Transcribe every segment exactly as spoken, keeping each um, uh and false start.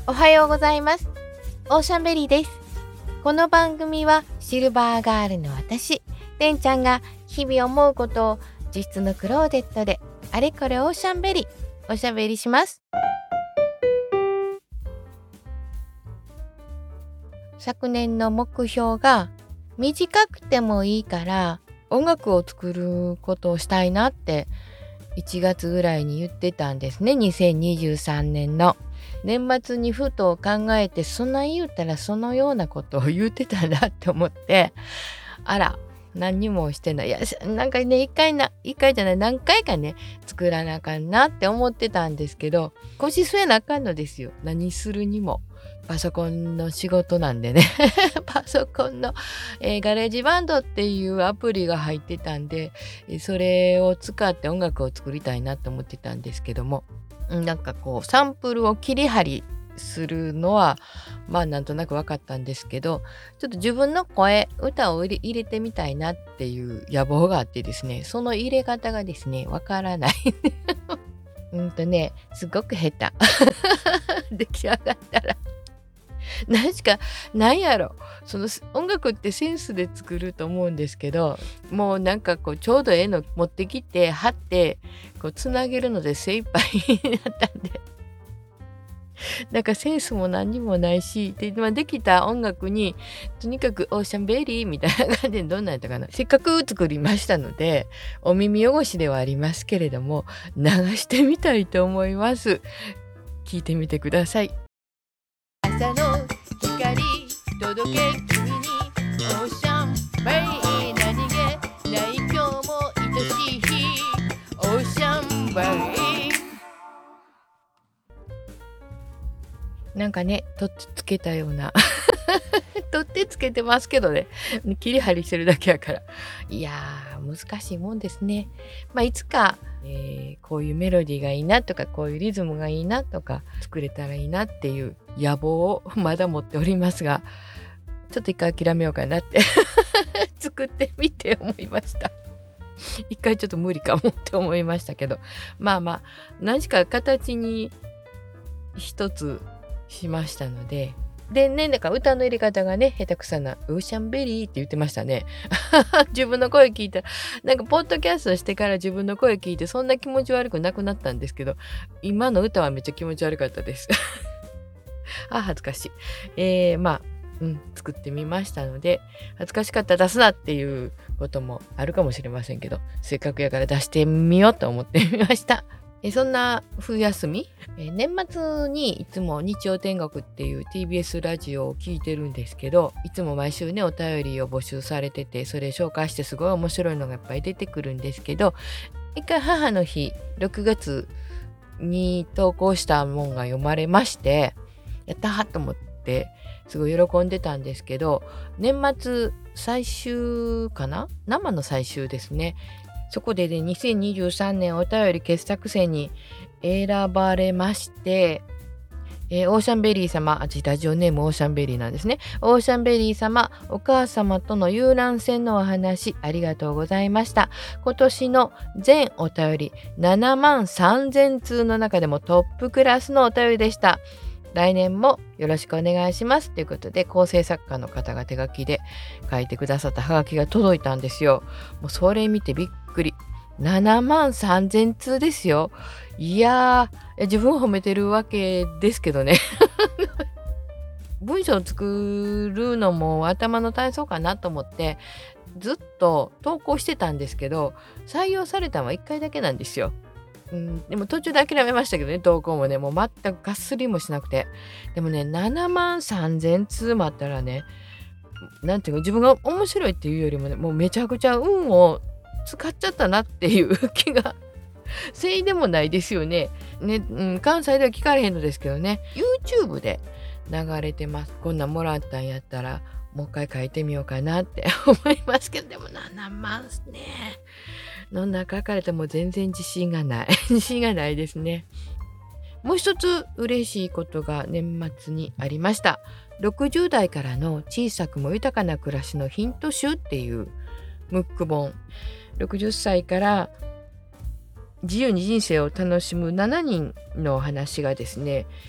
おはようございます。オーシャンベリーです。この番組はシルバーガールの私、てんちゃんが日々思うことを自室のクローゼットであれこれオーシャンベリーおしゃべりします。昨年の目標が短くてもいいから音楽を作ることをしたいなっていちがつぐらいに言ってたんですね。にせんにじゅうさんねんの年末にふと考えて、そんな言うたらそのようなことを言ってたんだって思って、あら何にもしてない。いやなんかね一回な一回じゃない何回かね作らなあかんなって思ってたんですけど、腰据えなあかんのですよ。何するにもパソコンの仕事なんでねパソコンの、えー、ガレージバンドっていうアプリが入ってたんで、それを使って音楽を作りたいなって思ってたんですけども、なんかこうサンプルを切り張りするのはまあなんとなく分かったんですけど、ちょっと自分の声歌を入れ、入れてみたいなっていう野望があってですね、その入れ方がですね分からないうんとねすごく下手出来上がったら何しかなんやろ、その音楽ってセンスで作ると思うんですけど、もうなんかこうちょうどええの持ってきて貼ってこうつなげるので精一杯になったんでなんかセンスも何にもないし、で、まあ、できた音楽にとにかくオーシャンベリーみたいな感じで、どんなんやったかな、せっかく作りましたのでお耳汚しではありますけれども流してみたいと思います。聞いてみてください。朝の光届け君にオーシャンベリー、何気ない今日も愛しい日オーシャンベリー。なんかね取ってつけたような取ってつけてますけどね、切り張りしてるだけやから、いやー難しいもんですね。まあいつか、えー、こういうメロディーがいいなとか、こういうリズムがいいなとか作れたらいいなっていう野望をまだ持っておりますが、ちょっと一回諦めようかなって作ってみて思いました。一回ちょっと無理かもって思いましたけど、まあまあ何か形に一つしましたので、でね、だから歌の入れ方がね下手くさなオーシャンベリーって言ってましたね自分の声聞いたら、なんかポッドキャストしてから自分の声聞いてそんな気持ち悪くなくなったんですけど、今の歌はめっちゃ気持ち悪かったですあ、恥ずかしい。えー、まあうん作ってみましたので、恥ずかしかったら出すなっていうこともあるかもしれませんけど、せっかくやから出してみようと思ってみました。えそんな冬休み、え年末にいつも日曜天国っていう ティービーエス ラジオを聞いてるんですけど、いつも毎週ねお便りを募集されてて、それ紹介してすごい面白いのがいっぱい出てくるんですけど、一回母の日ろくがつに投稿したもんが読まれまして、やったーと思ってすごい喜んでたんですけど、年末最終かな、生の最終ですね。そこでねにせんにじゅうさんねんお便り傑作選に選ばれまして、えー、オーシャンベリー様、あ、ラジオネームオーシャンベリーなんですね。オーシャンベリー様、お母様との遊覧船のお話ありがとうございました。今年の全お便りななまんさんぜんつうの中でもトップクラスのお便りでした。来年もよろしくお願いしますということで、構成作家の方が手書きで書いてくださったハガキが届いたんですよ。もうそれ見てびっくり。ななまんさんぜんつうですよ。いやー、自分を褒めてるわけですけどね文章を作るのも頭の体操かなと思ってずっと投稿してたんですけど、採用されたのはいっかいだけなんですよ。うん、でも途中で諦めましたけどね、投稿もね、もう全くがっすりもしなくて。でもね、ななまんさんぜんつうもあったらね、なんていうか自分が面白いっていうよりもね、もうめちゃくちゃ運を使っちゃったなっていう気がせいでもないですよね。ね、うん、関西では聞かれへんのですけどね、YouTube で流れてます。こんなんもらったんやったらもう一回書いてみようかなって思いますけど、でもななまんね。の中からでも全然自信がない自信がないですね。もう一つ嬉しいことが年末にありました。ろくじゅうだいからの小さくも豊かな暮らしのヒント集っていうムック本。ろくじゅっさいから自由に人生を楽しむしちにんのお話がですね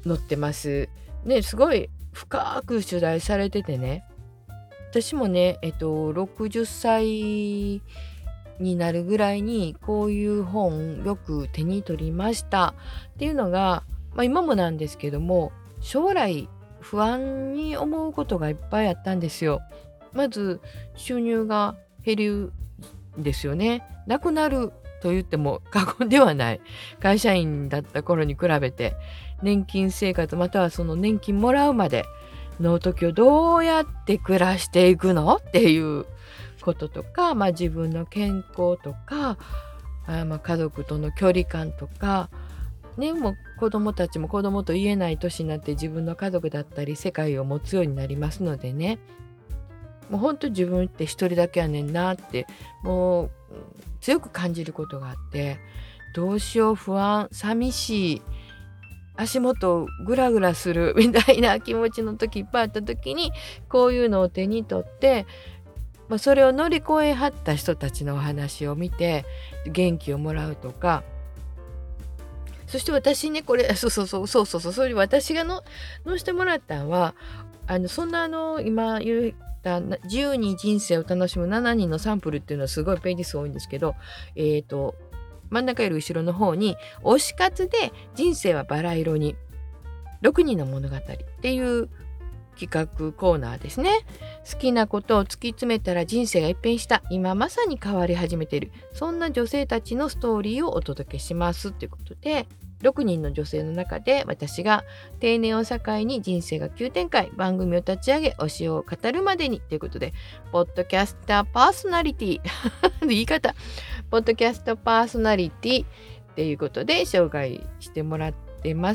載ってます。ね、すごい深く取材されててね、私もね、えっと、ろくじゅっさいになるぐらいにこういう本よく手に取りましたっていうのが、まあ、今もなんですけども、将来不安に思うことがいっぱいあったんですよ。まず収入が減るんですよね。なくなると言っても過言ではない。会社員だった頃に比べて年金生活またはその年金もらうまでの時をどうやって暮らしていくのっていうこととか、まあ、自分の健康とかあまあ家族との距離感とか、ね、もう子供たちも子供と言えない年になって自分の家族だったり世界を持つようになりますのでね、もう本当自分って一人だけやねんなってもう強く感じることがあって、どうしよう不安寂しい足元グラグラするみたいな気持ちの時いっぱいあった時にこういうのを手に取って、まあ、それを乗り越えはった人たちのお話を見て元気をもらうとか、そして私ねこれそうそうそうそうそうそうそれ私がの載せてもらったんはあのそんなあの今言ったな自由に人生を楽しむしちにんのサンプルっていうのはすごいページ数多いんですけど、えっと真ん中より後ろの方に推し活で人生はバラ色にろくにんの物語っていう企画コーナーですね。好きなことを突き詰めたら人生が一変した、今まさに変わり始めている、そんな女性たちのストーリーをお届けしますということで、ろくにんの女性の中で私が定年を境に人生が急展開、番組を立ち上げ推しを語るまでにということで、ポッドキャスターパーソナリティ言い方ポッドキャストパーソナリティっていうことで紹介してもらってます。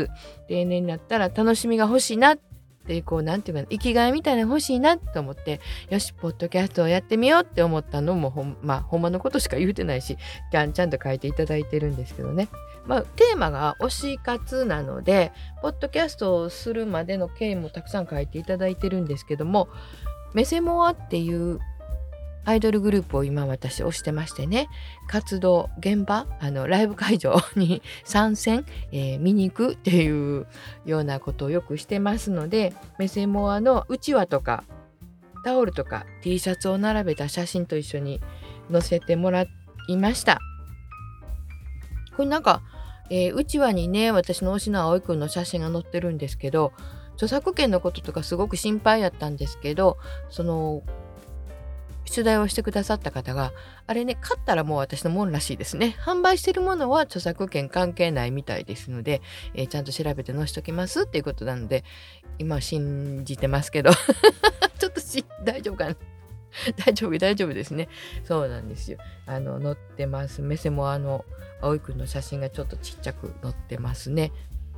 定年になったら楽しみが欲しいなっていうこうなんていうかな、生きがいみたいなの欲しいなと思って、よしポッドキャストをやってみようって思ったのもほんまあほんまのことしか言うてないし、ちゃんちゃんと書いていただいてるんですけどね。まあテーマが推し活なので、ポッドキャストをするまでの経緯もたくさん書いていただいてるんですけども、メセモアっていうアイドルグループを今私推してましてね、活動現場あのライブ会場に参戦、えー見に行くっていうようなことをよくしてますので、メセモアのうちわとかタオルとか T シャツを並べた写真と一緒に載せてもらいました。これなんか、えーうちわにね私の推しの葵くんの写真が載ってるんですけど、著作権のこととかすごく心配やったんですけど、その取材をしてくださった方が、あれね買ったらもう私のもんらしいですね。販売してるものは著作権関係ないみたいですので、えーちゃんと調べて載せときますっていうことなので、今は信じてますけどちょっとし大丈夫かな大丈夫大丈夫ですね。そうなんですよ。あの載ってます。メセもあの葵くんの写真がちょっとちっちゃく載ってますね。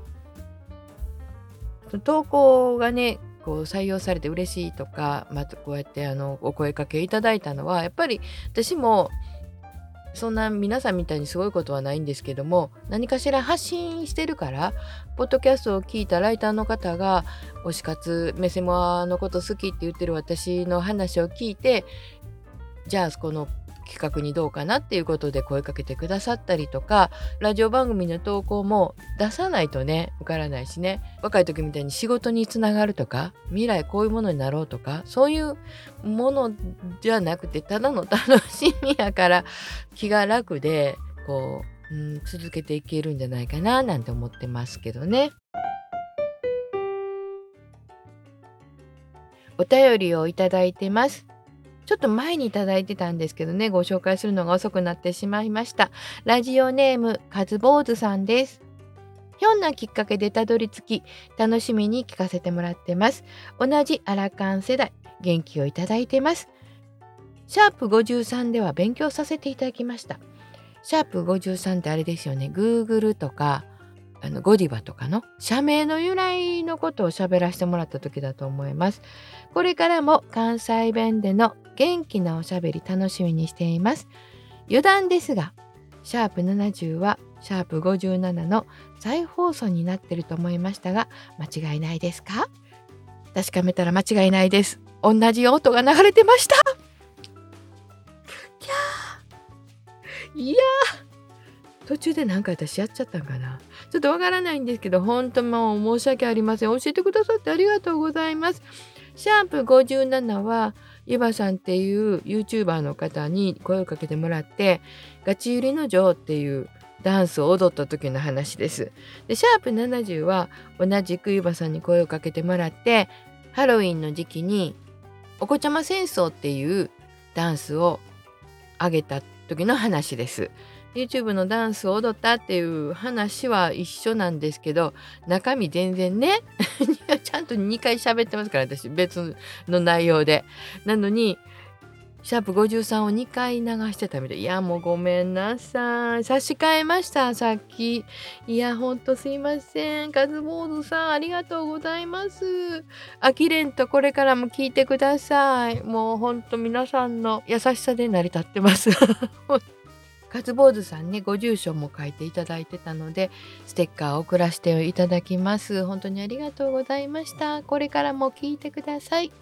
投稿がねこう採用されて嬉しいとか、またこうやってあのお声かけいただいたのはやっぱり私もそんな皆さんみたいにすごいことはないんですけども、何かしら発信してるから、ポッドキャストを聞いたライターの方が推し活メセモアのこと好きって言ってる私の話を聞いて、じゃあこの企画にどうかなっていうことで声かけてくださったりとか、ラジオ番組の投稿も出さないとねわからないしね、若い時みたいに仕事につながるとか未来こういうものになろうとかそういうものじゃなくて、ただの楽しみやから気が楽でこう、うん、続けていけるんじゃないかななんて思ってますけどね。お便りをいただいてます。ちょっと前にいただいてたんですけどね、ご紹介するのが遅くなってしまいました。ラジオネームカズボーズさんです。ひょんなきっかけでたどり着き、楽しみに聞かせてもらってます。同じアラカン世代、元気をいただいてます。シャープごじゅうさんでは勉強させていただきました。シャープごじゅうさんってあれですよね、Google とかあのゴディバとかの社名の由来のことを喋らせてもらった時だと思います。これからも関西弁での元気なおしゃべり楽しみにしています。余談ですが、シャープななじゅうはシャープごじゅうななの再放送になってると思いましたが、間違いないですか？確かめたら間違いないです。同じ音が流れてました。いやーいやー途中で何か私やっちゃったんかな。ちょっとわからないんですけど、本当もう申し訳ありません。教えてくださってありがとうございます。シャープごじゅうななはゆばさんっていう YouTuber の方に声をかけてもらって、ガチユリの女王っていうダンスを踊った時の話です。でシャープななじゅうは同じくゆばさんに声をかけてもらって、ハロウィンの時期にお子ちゃま戦争っていうダンスを上げた時の話です。YouTube のダンスを踊ったっていう話は一緒なんですけど、中身全然ねちゃんとにかい喋ってますから、私別の内容で。なのにシャープごじゅうさんをにかい流してたみたい。いやもうごめんなさい。差し替えましたさっき。いやほんとすいません。カズボードさんありがとうございます。あきれんとこれからも聞いてください。もうほんと皆さんの優しさで成り立ってます。カズボードさんね、ご住所も書いていただいてたので、ステッカーを送らせていただきます。本当にありがとうございました。これからも聞いてください。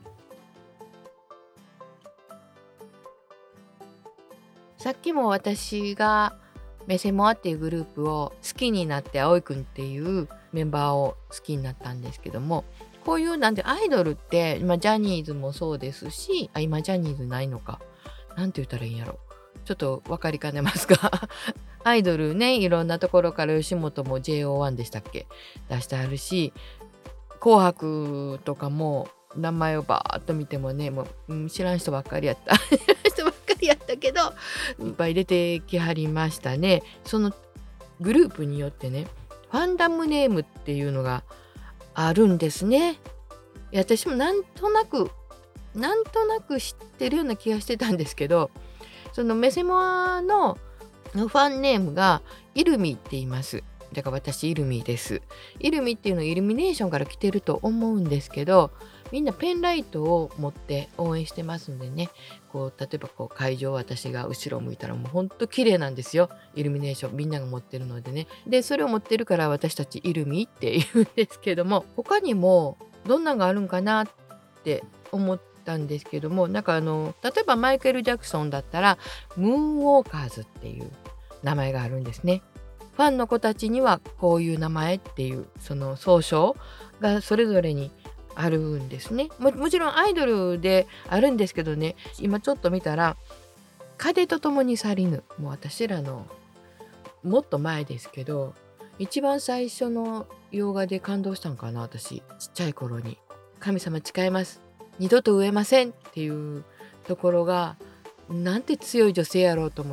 さっきも私がメセモアっていうグループを好きになって、葵くんっていうメンバーを好きになったんですけども、こういうなんてアイドルって今ジャニーズもそうですし、あ今ジャニーズないのか、なんて言ったらいいんやろ、ちょっと分かりかねますがアイドルね、いろんなところから吉本も ジェイオーワン でしたっけ出してあるし、紅白とかも名前をバーッと見てもね、もう、うん、知らん人ばっかりやった人ばっかりやったけどいっぱい出てきはりましたね。そのグループによってね、ファンダムネームっていうのがあるんですね。いや私もなんとなくなんとなく知ってるような気がしてたんですけど、そのメセモアのファンネームがイルミって言います。だから私イルミです。イルミっていうのはイルミネーションから来てると思うんですけど、みんなペンライトを持って応援してますんでね、こう例えばこう会場、私が後ろを向いたらもうほんと綺麗なんですよ、イルミネーションみんなが持ってるのでね。でそれを持ってるから私たちイルミって言うんですけども、他にもどんなのがあるんかなって思ったんですけども、なんかあの例えばマイケル・ジャクソンだったらムーンウォーカーズっていう名前があるんですね。ファンの子たちにはこういう名前っていうその総称がそれぞれにあるんですね。 も, もちろんアイドルであるんですけどね、今ちょっと見たら風と共に去りぬ、もう私らのもっと前ですけど、一番最初の洋画で感動したんかな、私ちっちゃい頃に。神様誓います二度と飢えませんっていうところがなんて強い女性やろうと思って、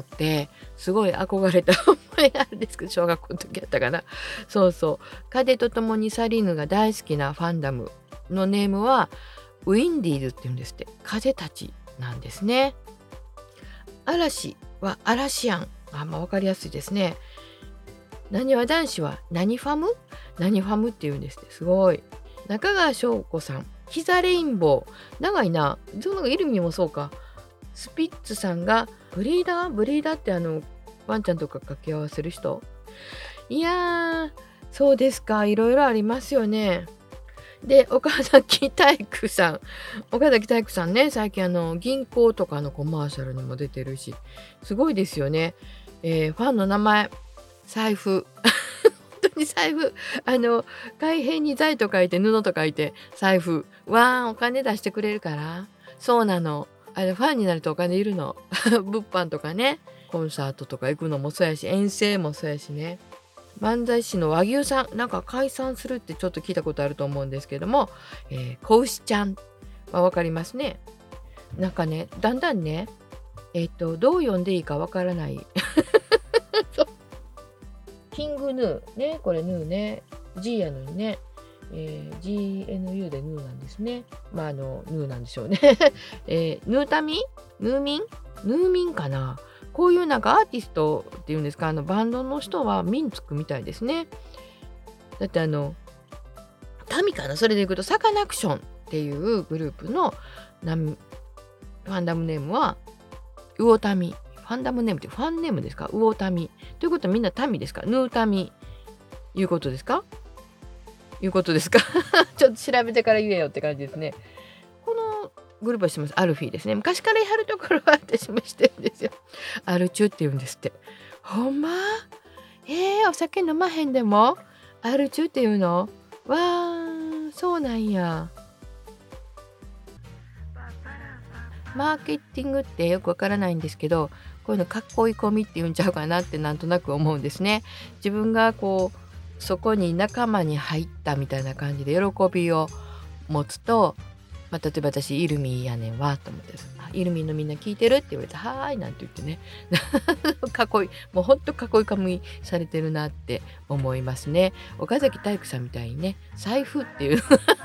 すごい憧れた思いがあるんですけど、小学校の時やったかな。そうそう、風と共に去りぬが大好きなファンダムのネームはウィンディーズって言うんですって。風たちなんですね。嵐はアラシアン、あ、まあ分かりやすいですね。なにわ男子は何ファム何ファムって言うんですって。すごい。中川翔子さん、膝レインボー、長いな。そのイルミもそうか。スピッツさんがブリーダーブリーダーってあのワンちゃんとか掛け合わせる人。いやーそうですか、いろいろありますよね。で岡崎体育さん岡崎体育さんね、最近あの銀行とかのコマーシャルにも出てるし、すごいですよね。えー、ファンの名前、財布本当に財布、あの海辺に財と書いて布と書いて財布、わーお金出してくれるから。そうなの、あれファンになるとお金いるの物販とかね、コンサートとか行くのもそうやし、遠征もそうやしね。漫才師の和牛さん、なんか解散するってちょっと聞いたことあると思うんですけども、えー、子牛ちゃんは分かりますね。なんかね、だんだんね、えっとどう読んでいいか分からないキングヌーね、これヌーね、 G やのにね、えー、ジーエヌユー でヌーなんですね。まああのヌーなんでしょうね、えー、ヌータミヌーミンヌーミンかな。こういうなんかアーティストっていうんですか、あのバンドの人はミンつくみたいですね。だってあのタミかな、それでいくとサカナクションっていうグループのナファンダムネームはウオタミ。ファンダムネームってファンネームですか、ウオタミということはみんなタミですか、ヌータミいうことですかいうことですかちょっと調べてから言えよって感じですね。このグループはしてます。アルフィーですね。昔からやるところは私もしてるんですよ。アルチュって言うんですって。 ほんま？えー、お酒飲まへんでもアル中っていうの？わー、そうなんや。マーケティングってよくわからないんですけど、こういうの囲い込みっていうんちゃうかなってなんとなく思うんですね。自分がこうそこに仲間に入ったみたいな感じで喜びを持つと、まあ、例えば私イルミやねんわと思って「あイルミのみんな聞いてる?」って言われて「はーい」なんて言ってね囲いもうほんと囲い込みされてるなって思いますね。岡崎体育さんみたいにね財布っていう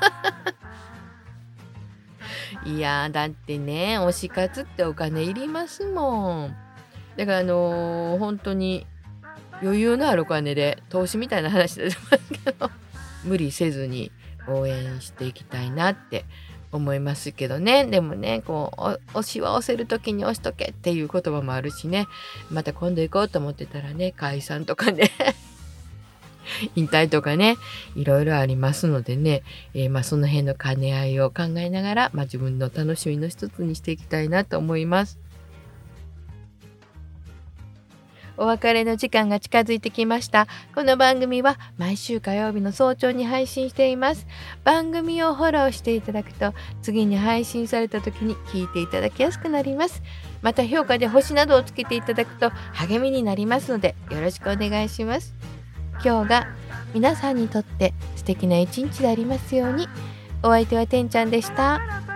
いやーだってね推し活ってお金いりますもん。だからあのー、ほんとに余裕のあるお金で投資みたいな話出てますけど無理せずに応援していきたいなって思いますけどね。でもね、こう、お推しは押せる時に押しとけっていう言葉もあるしね、また今度行こうと思ってたらね、解散とかね引退とかね、いろいろありますのでね、えー、ま、その辺の兼ね合いを考えながら、ま、自分の楽しみの一つにしていきたいなと思います。お別れの時間が近づいてきました。この番組は毎週火曜日の早朝に配信しています。番組をフォローしていただくと、次に配信された時に聞いていただきやすくなります。また評価で星などをつけていただくと励みになりますので、よろしくお願いします。今日が皆さんにとって素敵な一日でありますように。お相手はてんちゃんでした。